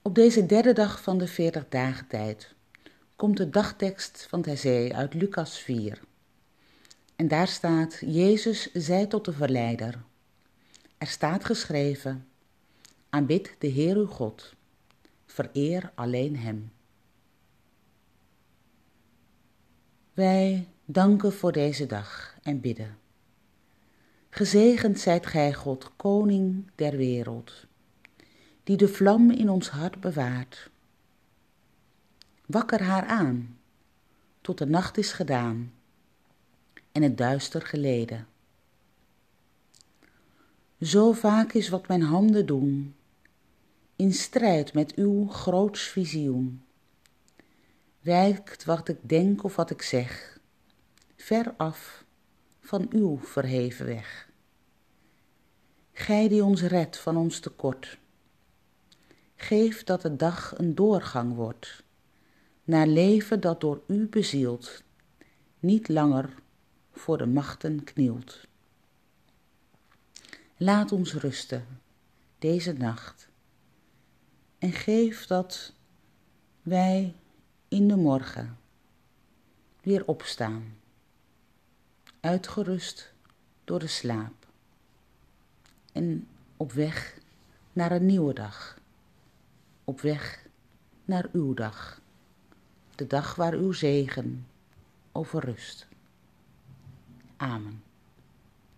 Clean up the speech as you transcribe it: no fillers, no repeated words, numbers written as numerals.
Op deze derde dag van de 40 dagen tijd komt de dagtekst van het Hesea uit Lucas 4. En daar staat: Jezus zei tot de verleider: Er staat geschreven: aanbid de Heer uw God, vereer alleen Hem. Wij danken voor deze dag en bidden. Gezegend zijt gij, God, koning der wereld, die de vlam in ons hart bewaart. Wakker haar aan, tot de nacht is gedaan en het duister geleden. Zo vaak is wat mijn handen doen, in strijd met uw groots visioen. Wijkt wat ik denk of wat ik zeg, ver af van uw verheven weg. Gij die ons redt van ons tekort, geef dat de dag een doorgang wordt, naar leven dat door u bezield, niet langer voor de machten knielt. Laat ons rusten deze nacht en geef dat wij in de morgen weer opstaan, uitgerust door de slaap en op weg naar een nieuwe dag, op weg naar uw dag, de dag waar uw zegen over rust. Amen.